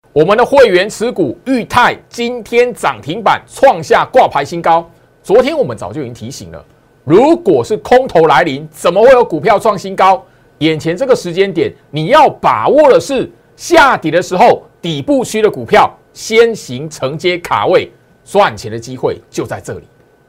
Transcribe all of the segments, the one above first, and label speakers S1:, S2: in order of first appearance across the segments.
S1: 我们的会员持股裕泰今天涨停板创下挂牌新高。昨天我们早就已经提醒了，如果是空头来临，怎么会有股票创新高？眼前这个时间点，你要把握的是下跌的时候，底部区的股票先行承接卡位，赚钱的机会就在这里。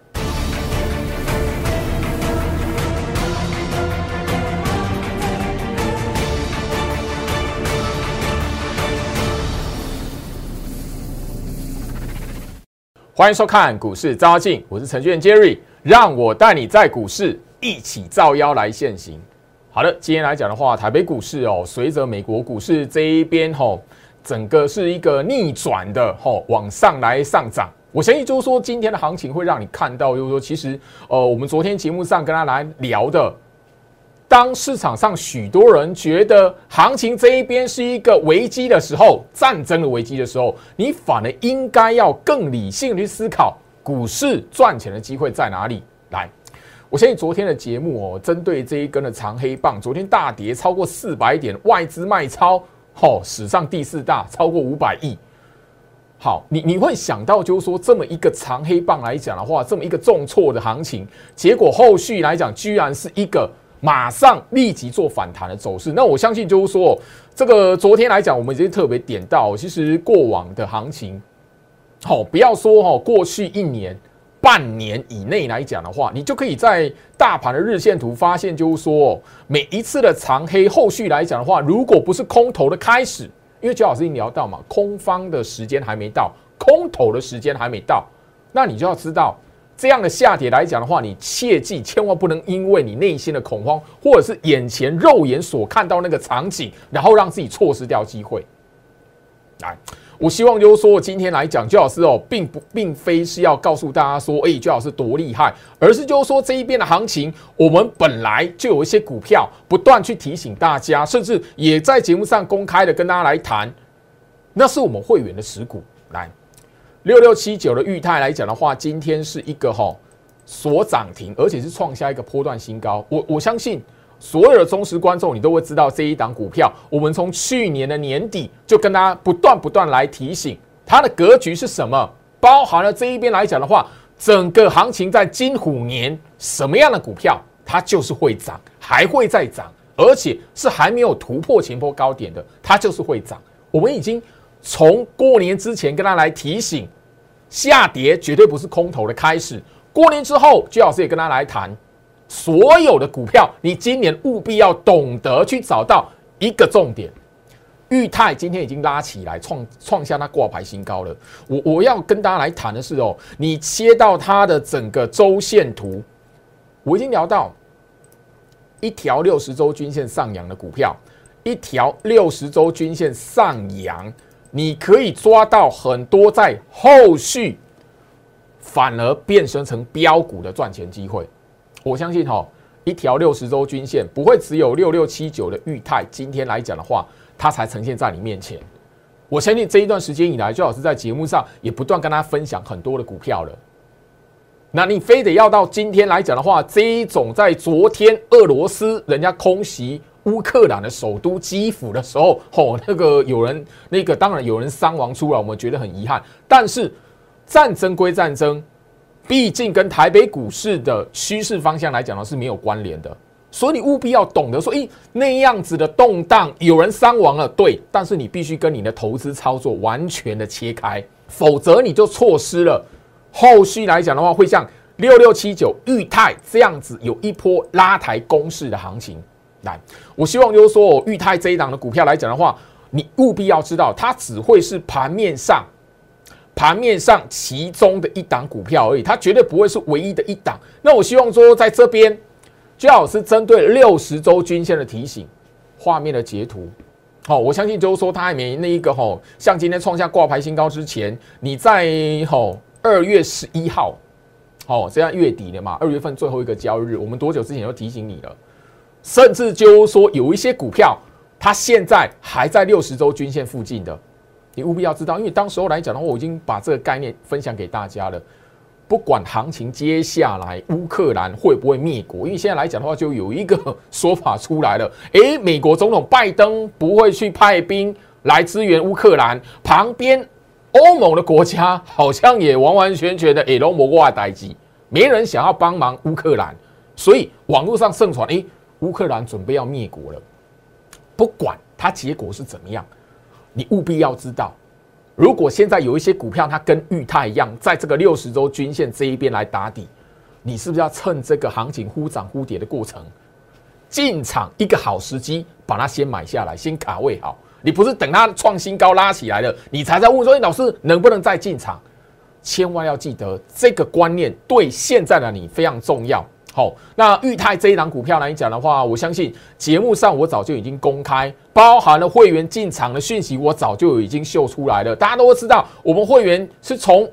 S1: 欢迎收看股市照妖镜，我是程序员 Jerry， 让我带你在股市一起照妖来现行。好的，今天来讲的话，台北股市随着美国股市这一边整个是一个逆转的往上来上涨。我相信就是说，今天的行情会让你看到，就是说，其实我们昨天节目上跟他来聊的。当市场上许多人觉得行情这一边是一个危机的时候，战争的危机的时候，你反而应该要更理性去思考股市赚钱的机会在哪里。来，我相信昨天的节目针对这一根的长黑棒，昨天大跌超过400点，外资卖超史上第4大，超过500亿。好，你会想到就是说，这么一个长黑棒来讲的话，这么一个重挫的行情，结果后续来讲，居然是一个马上立即做反弹的走势。那我相信就是说，这个昨天来讲，我们已经特别点到，其实过往的行情，不要说过去1年、半年以内来讲的话，你就可以在大盘的日线图发现，就是说每一次的长黑，后续来讲的话，如果不是空头的开始，因为周老师已经聊到嘛，空方的时间还没到，空头的时间还没到，那你就要知道。这样的下跌来讲的话，你切记千万不能因为你内心的恐慌，或者是眼前肉眼所看到那个场景，然后让自己错失掉机会。来，我希望就是说，今天来讲，周老师并非是要告诉大家说，周老师多厉害，而是就是说这一边的行情，我们本来就有一些股票不断去提醒大家，甚至也在节目上公开的跟大家来谈，那是我们会员的持股。来。6679的裕泰来讲的话，今天是一个所涨停，而且是创下一个波段新高。我相信所有的忠实观众，你都会知道这一档股票，我们从去年的年底就跟大家不断来提醒它的格局是什么，包含了这一边来讲的话，整个行情在金虎年，什么样的股票它就是会涨，还会再涨，而且是还没有突破前波高点的，它就是会涨。我们已经从过年之前跟他来提醒，下跌绝对不是空头的开始。过年之后，居老师也跟他来谈，所有的股票，你今年务必要懂得去找到一个重点。裕泰今天已经拉起来，创下它挂牌新高了。我要跟大家来谈的是你切到它的整个周线图，我已经聊到一条60周均线上扬的股票，一条60周均线上扬。你可以抓到很多在后续反而变身成标股的赚钱机会。我相信一条60周均线不会只有6679的裕泰，今天来讲的话，它才呈现在你面前。我相信这一段时间以来，周老师在节目上也不断跟大家分享很多的股票了。那你非得要到今天来讲的话，这一种在昨天俄罗斯人家空袭乌克兰的首都基辅的时候，当然有人伤亡出来，我们觉得很遗憾。但是战争归战争，毕竟跟台北股市的趋势方向来讲呢是没有关联的，所以你务必要懂得说，那样子的动荡，有人伤亡了，对，但是你必须跟你的投资操作完全的切开，否则你就错失了后续来讲的话，会像6679裕泰这样子有一波拉抬攻势的行情。来，我希望就是说，裕泰这一档的股票来讲的话，你务必要知道，它只会是盘面上其中的一档股票而已，它绝对不会是唯一的一档。那我希望说，在这边，最好是针对60周均线的提醒，画面的截图。我相信就是说，它还没那一个像今天创下挂牌新高之前，你在2月11号，这样月底了嘛，2月份最后一个交易日，我们多久之前就提醒你了？甚至就是说，有一些股票，它现在还在60周均线附近的，你务必要知道，因为当时候来讲的话，我已经把这个概念分享给大家了。不管行情接下来乌克兰会不会灭国，因为现在来讲的话，就有一个说法出来了，美国总统拜登不会去派兵来支援乌克兰，旁边欧盟的国家好像也完完全全的都没我的代志，没人想要帮忙乌克兰，所以网络上盛传，乌克兰准备要灭国了。不管它结果是怎么样，你务必要知道，如果现在有一些股票它跟裕泰一样，在这个60周均线这一边来打底，你是不是要趁这个行情忽涨忽跌的过程，进场一个好时机，把它先买下来，先卡位好。你不是等它创新高拉起来了，你才在问说，老师能不能再进场？千万要记得这个观念对现在的你非常重要。好，那裕泰这一档股票来讲的话，我相信节目上我早就已经公开，包含了会员进场的讯息，我早就已经秀出来了。大家都会知道，我们会员是从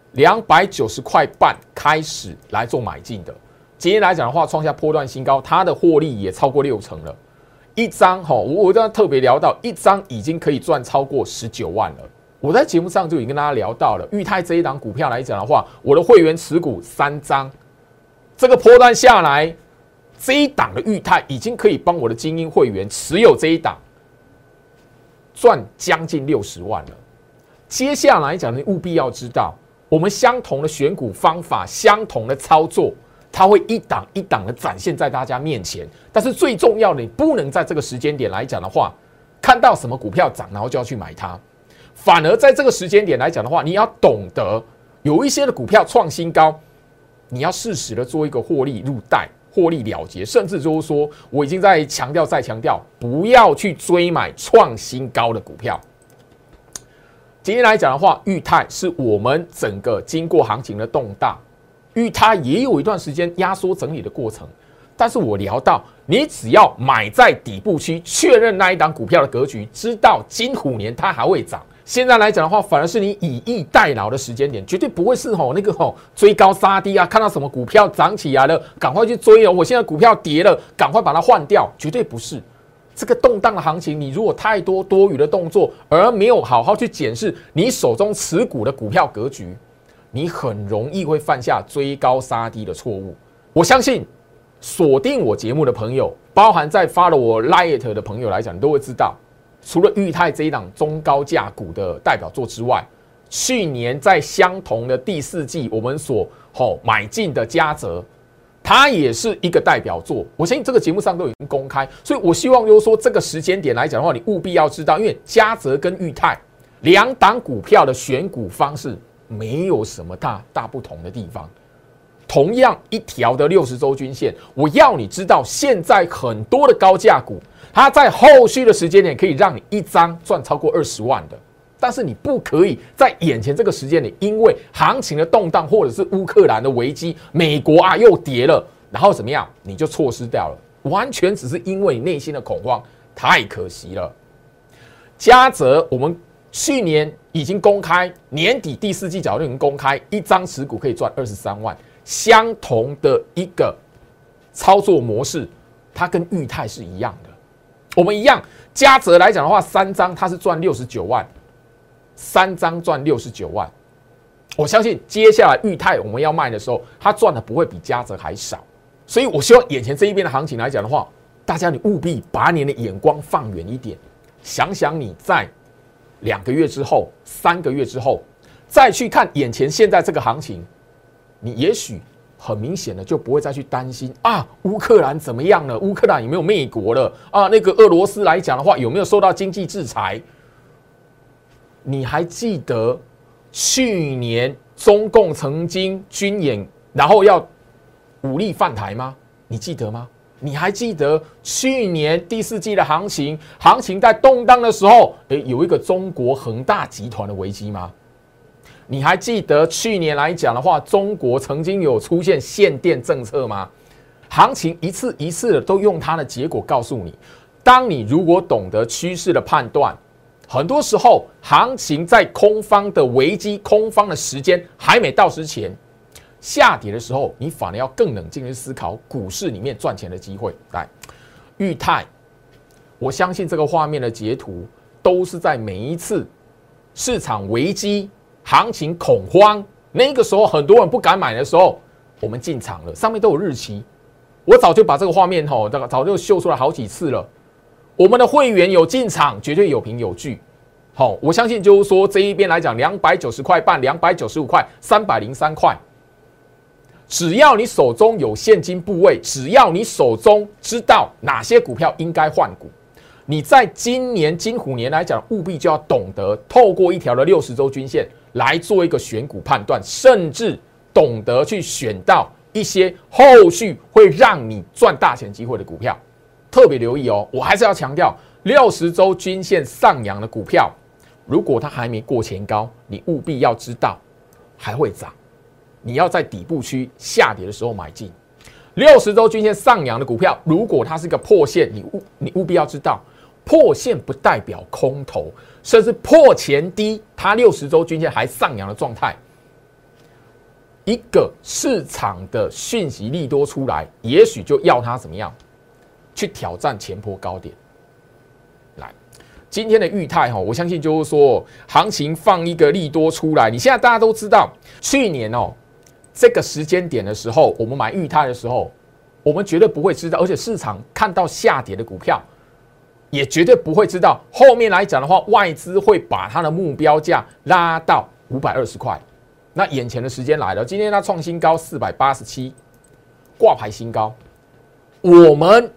S1: 290块半开始来做买进的。今天来讲的话，创下波段新高，它的获利也超过60%了。一张我刚刚特别聊到，一张已经可以赚超过19万了。我在节目上就已经跟大家聊到了，裕泰这一档股票来讲的话，我的会员持股3张，这个波段下来，这一档的裕泰已经可以帮我的精英会员持有这一档赚将近60万了。接下来讲，你务必要知道，我们相同的选股方法，相同的操作，它会一档一档的展现在大家面前。但是最重要的，你不能在这个时间点来讲的话，看到什么股票涨，然后就要去买它。反而在这个时间点来讲的话，你要懂得有一些的股票创新高，你要适时的做一个获利入袋、获利了结，甚至就是说，我已经在强调再强调，不要去追买创新高的股票。今天来讲的话，裕泰是我们整个经过行情的动荡，裕泰也有一段时间压缩整理的过程。但是我聊到，你只要买在底部区，确认那一档股票的格局，知道金虎年它还会涨。现在来讲的话，反而是你以逸待劳的时间点，绝对不会是那个追高杀低啊，看到什么股票涨起来了，赶快去追哦。我现在股票跌了，赶快把它换掉，绝对不是。这个动荡的行情，你如果太多多余的动作，而没有好好去检视你手中持股的股票格局，你很容易会犯下追高杀低的错误。我相信锁定我节目的朋友，包含在 follow 我 Lite 的朋友来讲，你都会知道，除了裕泰这一档中高价股的代表作之外，去年在相同的第4季我们所买进的嘉泽，它也是一个代表作。我相信这个节目上都已经公开，所以我希望就是说这个时间点来讲的话，你务必要知道，因为嘉泽跟裕泰2档股票的选股方式没有什么大不同的地方。同样一条的60周均线，我要你知道，现在很多的高价股，它在后续的时间点可以让你一张赚超过20万的，但是你不可以在眼前这个时间点，因为行情的动荡或者是乌克兰的危机，美国又跌了，然后怎么样，你就错失掉了，完全只是因为你内心的恐慌，太可惜了。嘉泽，我们去年已经公开，年底第4季早就已经公开，一张持股可以赚23万。相同的一个操作模式，它跟裕泰是一样的。我们一样，嘉泽来讲的话，3张它是赚69万，3张赚69万。我相信接下来裕泰我们要卖的时候，它赚的不会比嘉泽还少。所以我希望眼前这一边的行情来讲的话，大家你务必把你的眼光放远一点，想想你在2个月之后、3个月之后，再去看眼前现在这个行情。你也许很明显的就不会再去担心乌克兰怎么样了？乌克兰有没有灭国了？那个俄罗斯来讲的话，有没有受到经济制裁？你还记得去年中共曾经军演，然后要武力犯台吗？你记得吗？你还记得去年第4季的行情在动荡的时候，有一个中国恒大集团的危机吗？你还记得去年来讲的话，中国曾经有出现限电政策吗？行情一次一次的都用它的结果告诉你，当你如果懂得趋势的判断，很多时候行情在空方的危机、空方的时间还没到之前，下跌的时候，你反而要更冷静的思考股市里面赚钱的机会。来，裕泰，我相信这个画面的截图都是在每一次市场危机、行情恐慌，那个时候很多人不敢买的时候，我们进场了，上面都有日期。我早就把这个画面早就秀出来好几次了。我们的会员有进场，绝对有凭有据。 好，我相信就是说这一边来讲，290块半、295块、303块，只要你手中有现金部位，只要你手中知道哪些股票应该换股，你在今年金虎年来讲，务必就要懂得透过一条的60周均线来做一个选股判断，甚至懂得去选到一些后续会让你赚大钱机会的股票。特别留意哦，我还是要强调，60周均线上扬的股票，如果它还没过前高，你务必要知道还会涨，你要在底部区下跌的时候买进。60周均线上扬的股票，如果它是一个破线，你务必要知道，破线不代表空头，甚至破前低，它60周均线还上扬的状态，一个市场的讯息利多出来，也许就要它怎么样去挑战前波高点。来，今天的裕泰我相信就是说，行情放一个利多出来。你现在大家都知道，去年这个时间点的时候，我们买裕泰的时候，我们绝对不会知道，而且市场看到下跌的股票，也绝对不会知道后面来讲的话，外资会把它的目标价拉到520块。那眼前的时间来了，今天它创新高487，挂牌新高。我们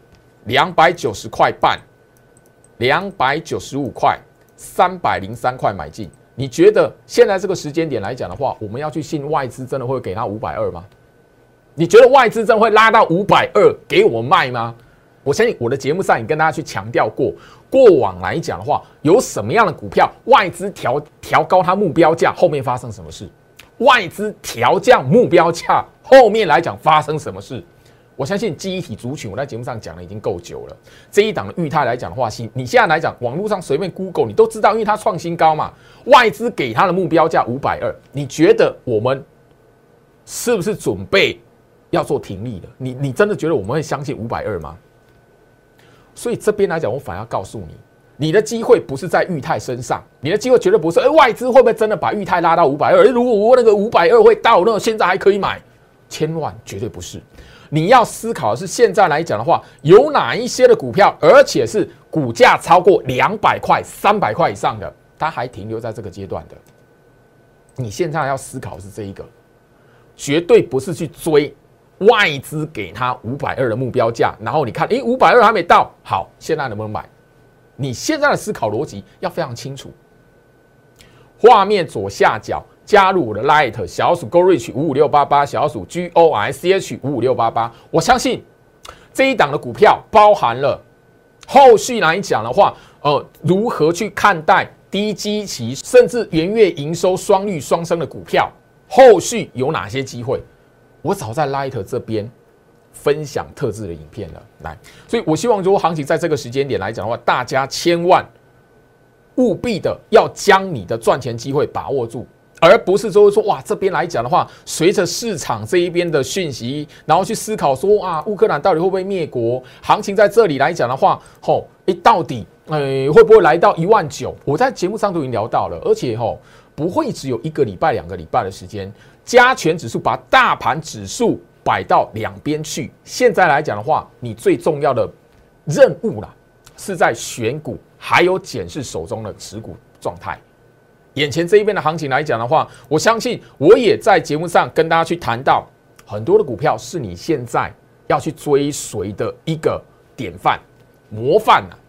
S1: 290块半、295块、303块买进。你觉得现在这个时间点来讲的话，我们要去信外资真的会给他520吗？你觉得外资真的会拉到520给我卖吗？我相信我的节目上也跟大家去强调过，过往来讲的话，有什么样的股票外资调高它目标价，后面发生什么事？外资调降目标价，后面来讲发生什么事？我相信记忆体族群，我在节目上讲的已经够久了。这一档的裕泰来讲的话，你现在来讲，网络上随便 Google 你都知道，因为它创新高嘛，外资给它的目标价520，你觉得我们是不是准备要做停利了？你真的觉得我们会相信520吗？所以这边来讲，我反而要告诉你，你的机会不是在裕泰身上，你的机会绝对不是，外资会不会真的把裕泰拉到520？如果我那个520会到，那现在还可以买，千万绝对不是。你要思考的是，现在来讲的话，有哪一些的股票，而且是股价超过200块、300块以上的，它还停留在这个阶段的。你现在要思考的是这一个，绝对不是去追外资给它520的目标价，然后你看，520还没到，好，现在能不能买？你现在的思考逻辑要非常清楚。画面左下角加入我的 Light 小鼠 Go Reach 55688，小鼠 GORCH 55688。我相信这一档的股票包含了后续来讲的话，如何去看待低基期甚至元月营收双率双升的股票，后续有哪些机会？我早在 Light 这边分享特制的影片了，来，所以我希望如果行情在这个时间点来讲的话，大家千万务必的要将你的赚钱机会把握住，而不是说哇这边来讲的话，随着市场这一边的讯息，然后去思考说啊乌克兰到底会不会灭国？行情在这里来讲的话，到底会不会来到19000？我在节目上都已经聊到了，而且不会只有1个礼拜、2个礼拜的时间，加权指数把大盘指数摆到两边去。现在来讲的话，你最重要的任务啦，是在选股，还有检视手中的持股状态。眼前这一边的行情来讲的话，我相信我也在节目上跟大家去谈到，很多的股票是你现在要去追随的一个典范、模范啊。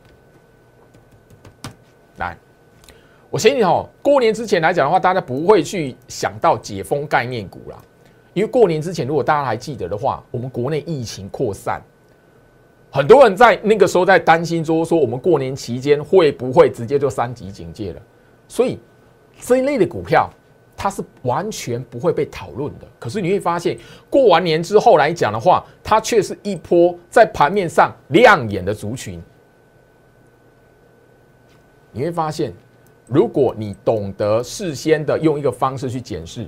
S1: 来，我相信过年之前来讲的话，大家不会去想到解封概念股啦。因为过年之前，如果大家还记得的话，我们国内疫情扩散，很多人在那个时候在担心说我们过年期间会不会直接就3级警戒了？所以这一类的股票，它是完全不会被讨论的。可是你会发现，过完年之后来讲的话，它却是一波在盘面上亮眼的族群。你会发现，如果你懂得事先的用一个方式去检视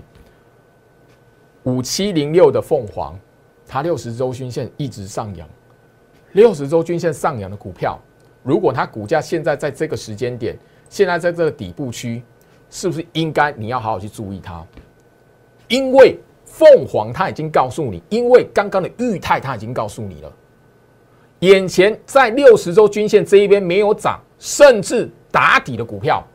S1: 5706的凤凰，它60周均线一直上扬，60周均线上扬的股票，如果它股价现在在这个时间点，现在在这个底部区，是不是应该你要好好去注意它？因为凤凰它已经告诉你，因为刚刚的裕泰它已经告诉你了，眼前在60周均线这一边没有涨，甚至打底的股票，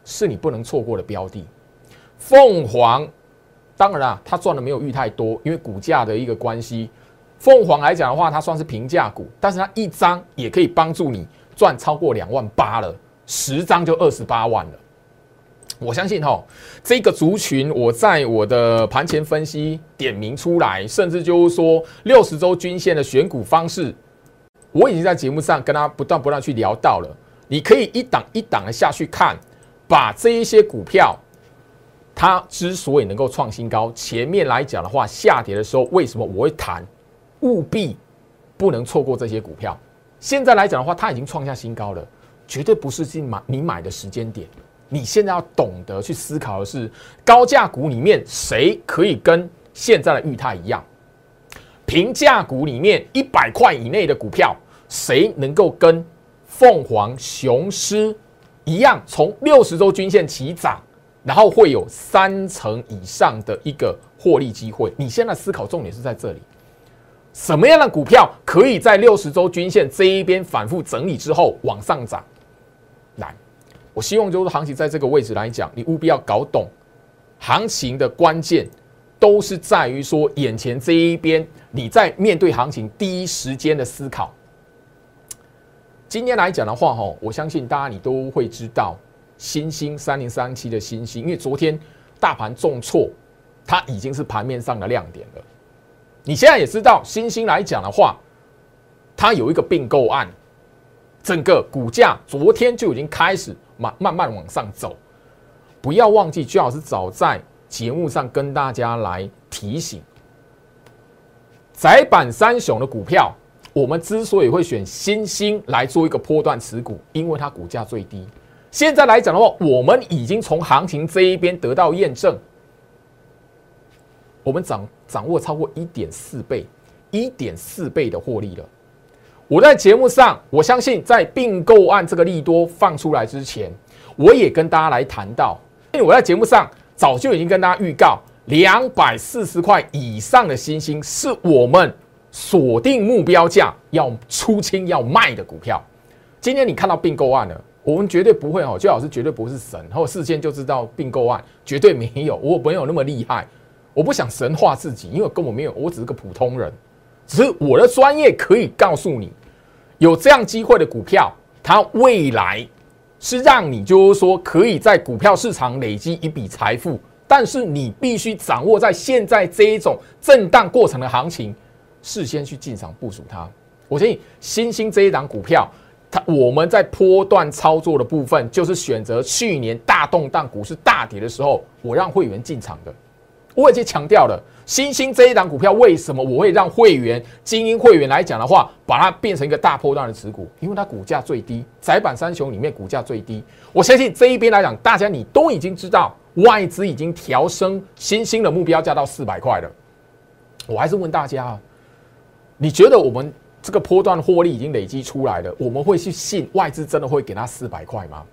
S1: 是你不能错过的标的。凤凰，当然啦，它赚的没有裕泰多，因为股价的一个关系。凤凰来讲的话，它算是平价股，但是它一张也可以帮助你赚超过28000了，10张就28万了。我相信这个族群，我在我的盘前分析点名出来，甚至就是说60周均线的选股方式，我已经在节目上跟他不断去聊到了。你可以一档一档的下去看，把这一些股票，它之所以能够创新高，前面来讲的话，下跌的时候，为什么我会谈？务必不能错过这些股票。现在来讲的话，它已经创下新高了，绝对不是你买的时间点。你现在要懂得去思考的是，高价股里面谁可以跟现在的裕泰一样？平价股里面100块以内的股票，谁能够跟凤凰、雄狮一样，从60周均线起涨，然后会有30%以上的一个获利机会？你现在思考重点是在这里。什么样的股票可以在60周均线这一边反复整理之后往上涨？来，我希望就是行情在这个位置来讲，你务必要搞懂行情的关键，都是在于说眼前这一边你在面对行情第一时间的思考。今天来讲的话，我相信大家你都会知道新兴3037的新兴，因为昨天大盘重挫，它已经是盘面上的亮点了。你现在也知道，新兴来讲的话，它有一个并购案，整个股价昨天就已经开始慢慢往上走。不要忘记，最好是早在节目上跟大家来提醒，窄板三雄的股票，我们之所以会选新兴来做一个波段持股，因为它股价最低。现在来讲的话，我们已经从行情这一边得到验证。我们掌握超过1.4倍的获利了。我在节目上，我相信在并购案这个利多放出来之前，我也跟大家来谈到，因为我在节目上早就已经跟大家预告，240块以上的新兴是我们锁定目标价要出清要卖的股票。今天你看到并购案了，我们绝对不会最好是绝对不是神，或事先就知道并购案，绝对没有，我没有那么厉害。我不想神化自己，因为根本没有，我只是个普通人。只是我的专业可以告诉你，有这样机会的股票，它未来是让你就是说可以在股票市场累积一笔财富，但是你必须掌握在现在这一种震荡过程的行情，事先去进场部署它。我相信新兴这一档股票，我们在波段操作的部分，就是选择去年大动荡、股市大跌的时候，我让会员进场的。我已经强调了，新兴这一档股票为什么我会让会员、精英会员来讲的话，把它变成一个大波段的持股？因为它股价最低，窄板三雄里面股价最低。我相信这一边来讲，大家你都已经知道，外资已经调升新兴的目标价到400块了。我还是问大家，你觉得我们这个波段获利已经累积出来了，我们会去信外资真的会给它400块吗？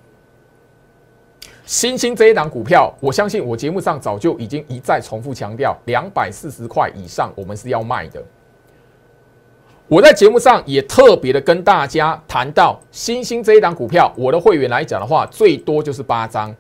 S1: 新兴这一档股票，我相信我节目上早就已经一再重复强调，240块以上我们是要卖的。我在节目上也特别的跟大家谈到，新兴这一档股票，我的会员来讲的话，最多就是8张。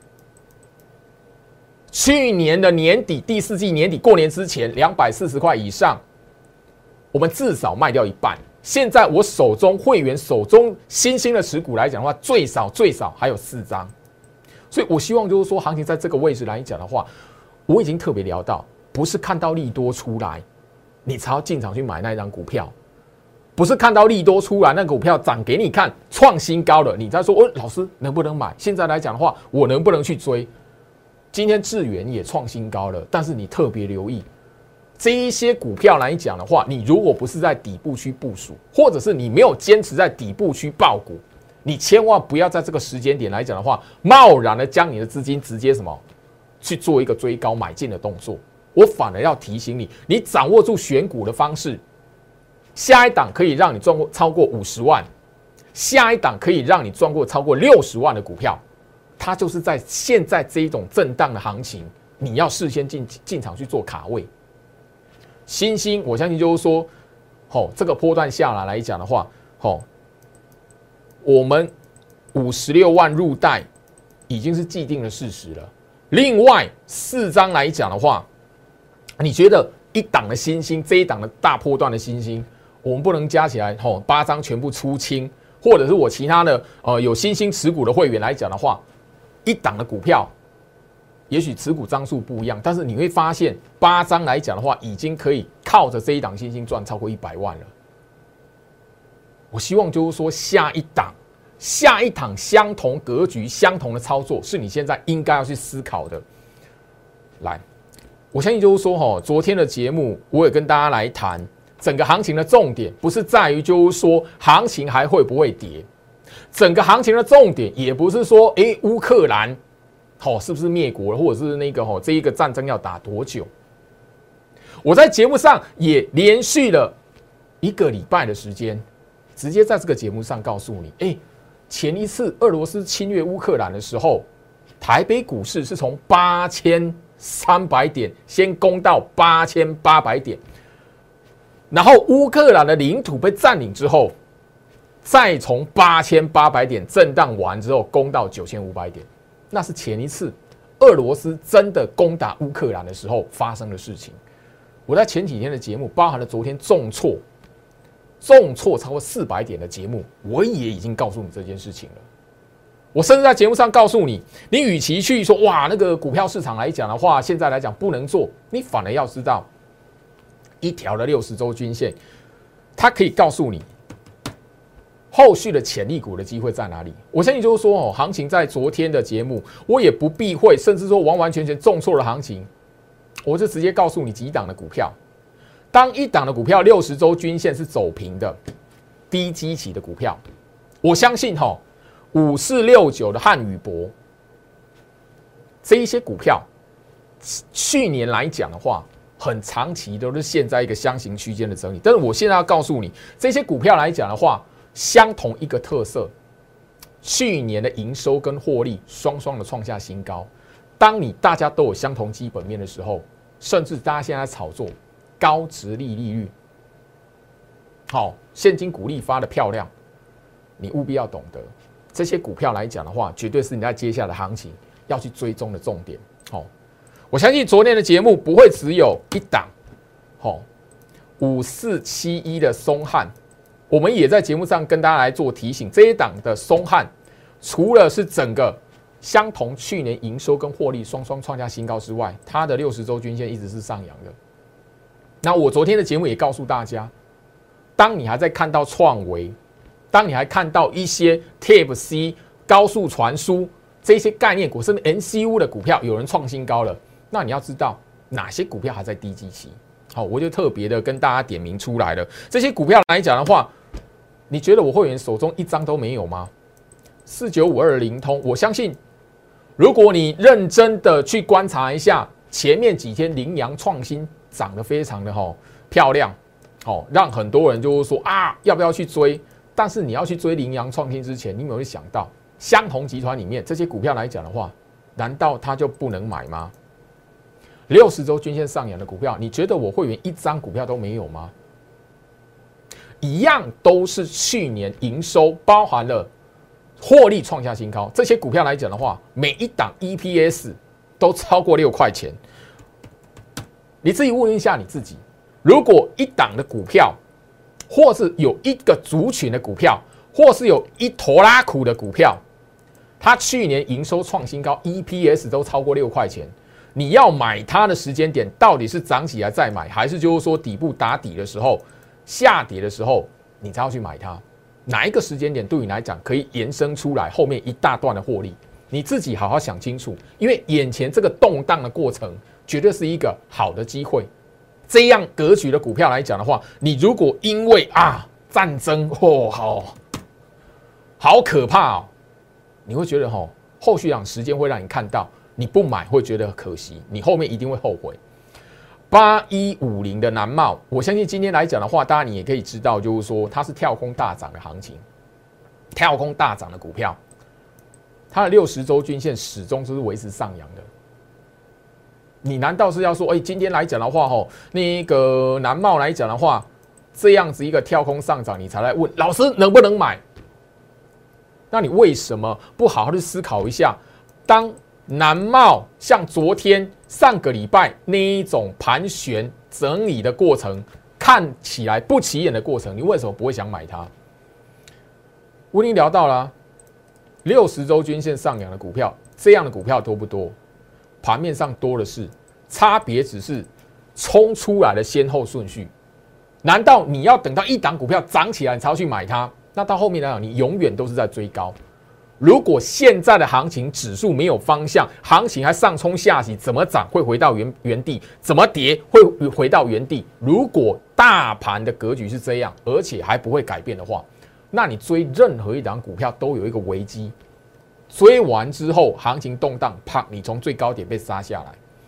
S1: 去年的年底，第4季年底过年之前，240块以上，我们至少卖掉一半。现在我手中会员手中新兴的持股来讲的话，最少还有4张。所以我希望就是说，行情在这个位置来讲的话，我已经特别聊到，不是看到利多出来，你才要进场去买那一张股票，不是看到利多出来，那个股票涨给你看，创新高了，你再说，老师能不能买？现在来讲的话，我能不能去追？今天智原也创新高了，但是你特别留意这一些股票来讲的话，你如果不是在底部区部署，或者是你没有坚持在底部区抱股，你千万不要在这个时间点来讲的话，贸然的将你的资金直接去做一个追高买进的动作。我反而要提醒你，你掌握住选股的方式，下一档可以让你赚过超过50万，下一档可以让你赚过超过60万的股票，它就是在现在这一种震荡的行情，你要事先进场去做卡位。新兴，我相信就是说，这个波段下来讲的话，我们56万入袋， 已经是既定的事实了。另外4张来讲的话，你觉得一档的新兴，这一档的大波段的新兴，我们不能加起来8张全部出清，或者是我其他的有新兴持股的会员来讲的话，一档的股票，也许持股张数不一样，但是你会发现8张来讲的话，已经可以靠着这一档新兴赚超过100万了。我希望就是说下一档相同格局、相同的操作，是你现在应该要去思考的。来，我相信就是说，昨天的节目我也跟大家来谈，整个行情的重点不是在于就是说行情还会不会跌，整个行情的重点也不是说，乌克兰是不是灭国了，或者是那个这一个战争要打多久？我在节目上也连续了1个礼拜的时间，直接在这个节目上告诉你，前一次俄罗斯侵略乌克兰的时候，台北股市是从8300点先攻到8800点，然后乌克兰的领土被占领之后，再从8800点震荡完之后攻到9500点，那是前一次俄罗斯真的攻打乌克兰的时候发生的事情。我在前几天的节目，包含了昨天重挫超过400点的节目，我也已经告诉你这件事情了。我甚至在节目上告诉你，你与其去说哇那个股票市场来讲的话，现在来讲不能做，你反而要知道一条的60周均线，它可以告诉你后续的潜力股的机会在哪里。我相信就是说行情在昨天的节目，我也不避讳，甚至说完完全全重挫的行情，我就直接告诉你几档的股票。当一档的股票60周均线是走平的低基期的股票，我相信5469的汉语博这一些股票，去年来讲的话，很长期都是陷在一个箱型区间的整理。但是我现在要告诉你，这些股票来讲的话，相同一个特色，去年的营收跟获利双双的创下新高。当大家都有相同基本面的时候，甚至大家现在炒作高殖利率，现金股利发的漂亮，你务必要懂得，这些股票来讲的话，绝对是你在接下来的行情要去追踪的重点。我相信昨天的节目不会只有一档，5471的松汉，我们也在节目上跟大家来做提醒，这一档的松汉，除了是整个相同去年营收跟获利双双创下新高之外，它的60周均线一直是上扬的。那我昨天的节目也告诉大家，当你还在看到创维，当你还看到一些 TFC 高速传输这些概念股，甚至 NCU 的股票有人创新高了，那你要知道哪些股票还在低基期。我就特别的跟大家点名出来了。这些股票来讲的话，你觉得我会员手中一张都没有吗？4952的灵通，我相信如果你认真的去观察一下前面几天羚羊创新涨得非常的漂亮，让很多人就是说要不要去追？但是你要去追羚羊创新之前，你有没有想到相同集团里面这些股票来讲的话，难道它就不能买吗？60周均线上扬的股票，你觉得我会员一张股票都没有吗？一样都是去年营收包含了获利创下新高，这些股票来讲的话，每一档 EPS 都超过6块钱。你自己问一下你自己，如果一档的股票，或是有一个族群的股票，或是有一坨拉苦的股票，它去年营收创新高 ，EPS 都超过6块钱，你要买它的时间点，到底是涨起来再买，还是就是说底部打底的时候，下跌的时候，你才要去买它？哪一个时间点对你来讲可以延伸出来后面一大段的获利？你自己好好想清楚，因为眼前这个动荡的过程，绝对是一个好的机会。这样格局的股票来讲的话，你如果因为战争好可怕哦，你会觉得后续时间会让你看到，你不买会觉得可惜，你后面一定会后悔。8150的南茂，我相信今天来讲的话，当然你也可以知道，就是说它是跳空大涨的行情，跳空大涨的股票，它的60周均线始终是维持上扬的。你难道是要说，今天来讲的话，那个南茂来讲的话，这样子一个跳空上涨，你才来问老师能不能买？那你为什么不好好的思考一下当南茂像昨天上个礼拜那一种盘旋整理的过程，看起来不起眼的过程，你为什么不会想买它？我已经聊到了60周均线上扬的股票，这样的股票多不多？盘面上多的是，差别只是冲出来的先后顺序。难道你要等到一档股票涨起来你才要去买它？那到后面来讲，你永远都是在追高。如果现在的行情指数没有方向，行情还上冲下洗，怎么涨会回到原地？怎么跌会回到原地？如果大盘的格局是这样，而且还不会改变的话，那你追任何一档股票都有一个危机。追完之后，行情动荡，啪，你从最高点被杀下来。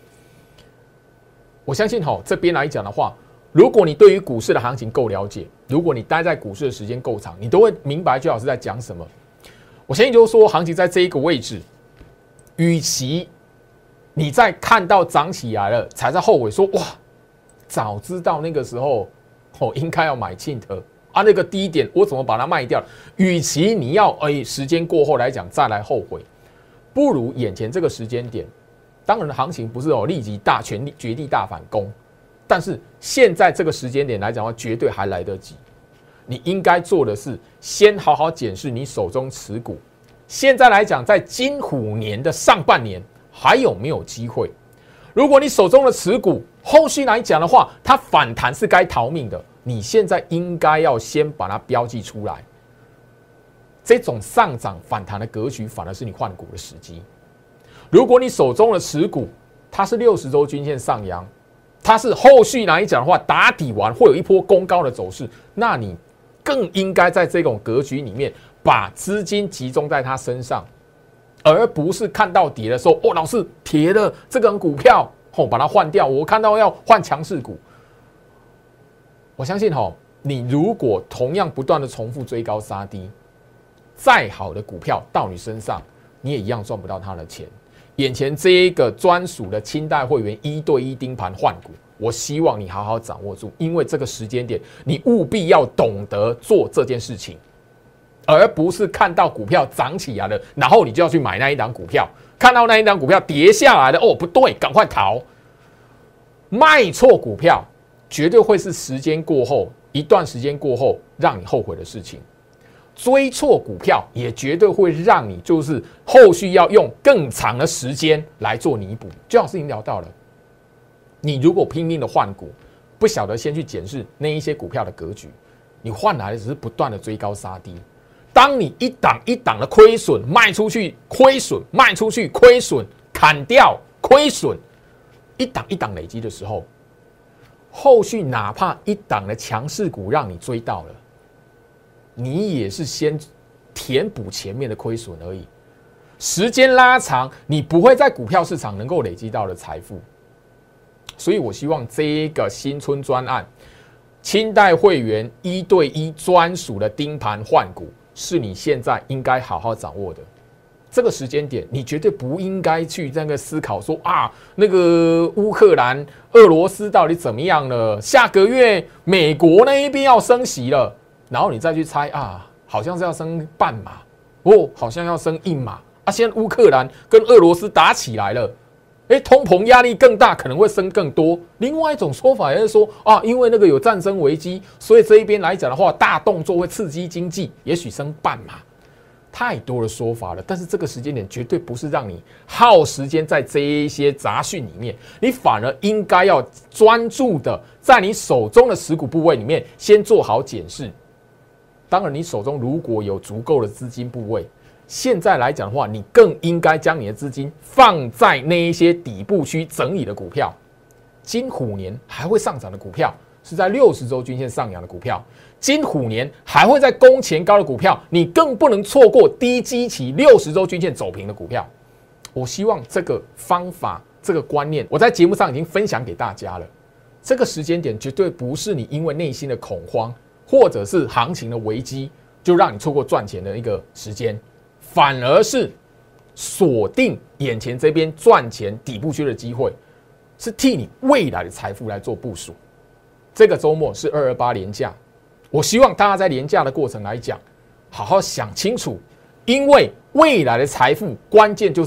S1: 我相信这边来讲的话，如果你对于股市的行情够了解，如果你待在股市的时间够长，你都会明白最好是在讲什么。我相信就是说，行情在这一个位置，与其你在看到涨起来了才在后悔说哇，早知道那个时候应该要买庆特啊，那个低点我怎么把它卖掉了？与其你要时间过后来讲再来后悔，不如眼前这个时间点。当然，行情不是立即绝地大反攻，但是现在这个时间点来讲的话，绝对还来得及。你应该做的是，先好好检视你手中持股。现在来讲，在金虎年的上半年还有没有机会？如果你手中的持股后续来讲的话，它反弹是该逃命的，你现在应该要先把它标记出来。这种上涨反弹的格局，反而是你换股的时机。如果你手中的持股它是60周均线上扬，它是后续来讲的话打底完会有一波攻高的走势，那你更应该在这种格局里面把资金集中在它身上，而不是看到跌的时候，老师跌了这个股票，把它换掉。我看到要换强势股，我相信你如果同样不断的重复追高杀低，再好的股票到你身上，你也一样赚不到它的钱。眼前这一个专属的清代会员1对1盯盘换股，我希望你好好掌握住，因为这个时间点你务必要懂得做这件事情，而不是看到股票涨起来了，然后你就要去买那一档股票，看到那一档股票跌下来了，不对，赶快逃。卖错股票绝对会是时间过后一段时间过后让你后悔的事情。追错股票也绝对会让你就是后续要用更长的时间来做弥补。就好像已经聊到了，你如果拼命的换股，不晓得先去检视那一些股票的格局，你换来的只是不断的追高杀低。当你一档一档的亏损卖出去，亏损卖出去，亏损砍掉，亏损一档一档累积的时候，后续哪怕一档的强势股让你追到了，你也是先填补前面的亏损而已。时间拉长，你不会在股票市场能够累积到的财富。所以我希望这一个新春专案，清代会员1对1专属的盯盘换股，是你现在应该好好掌握的。这个时间点，你绝对不应该去那个思考说那个乌克兰、俄罗斯到底怎么样了？下个月美国那一边要升息了。然后你再去猜好像是要升半码，好像要升1码现在乌克兰跟俄罗斯打起来了，通膨压力更大，可能会升更多。另外一种说法也是说因为那个有战争危机，所以这一边来讲的话，大动作会刺激经济，也许升半码。太多的说法了，但是这个时间点绝对不是让你耗时间在这一些杂讯里面，你反而应该要专注的在你手中的持股部位里面先做好检视。当然，你手中如果有足够的资金部位，现在来讲的话，你更应该将你的资金放在那一些底部区整理的股票。金虎年还会上涨的股票，是在60周均线上扬的股票。金虎年还会在攻前高的股票，你更不能错过低基期60周均线走平的股票。我希望这个方法、这个观念，我在节目上已经分享给大家了。这个时间点绝对不是你因为内心的恐慌，或者是行情的危机，就让你错过赚钱的一个时间，反而是锁定眼前这边赚钱底部区的机会，是替你未来的财富来做部署。这个周末是228连假，我希望大家在连假的过程来讲，好好想清楚，因为未来的财富关键就是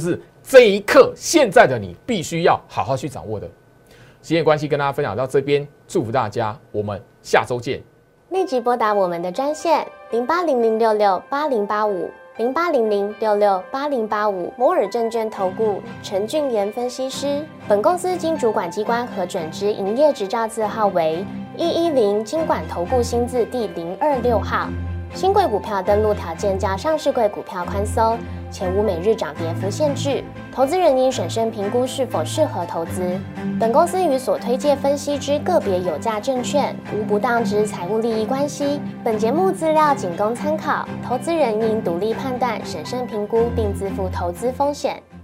S1: 这一刻现在的你必须要好好去掌握的。时间关系，跟大家分享到这边，祝福大家，我们下周见。
S2: 立即拨打我们的专线08006680850800668085摩尔证券投顾陈俊言分析师。本公司经主管机关核准之营业执照字号为110金管投顾新字第026号。新贵股票登录条件较上市贵股票宽松，且无每日涨跌幅限制。投资人应审慎评估是否适合投资。本公司与所推介分析之个别有价证券无不当之财务利益关系。本节目资料仅供参考，投资人应独立判断、审慎评估，并自负投资风险。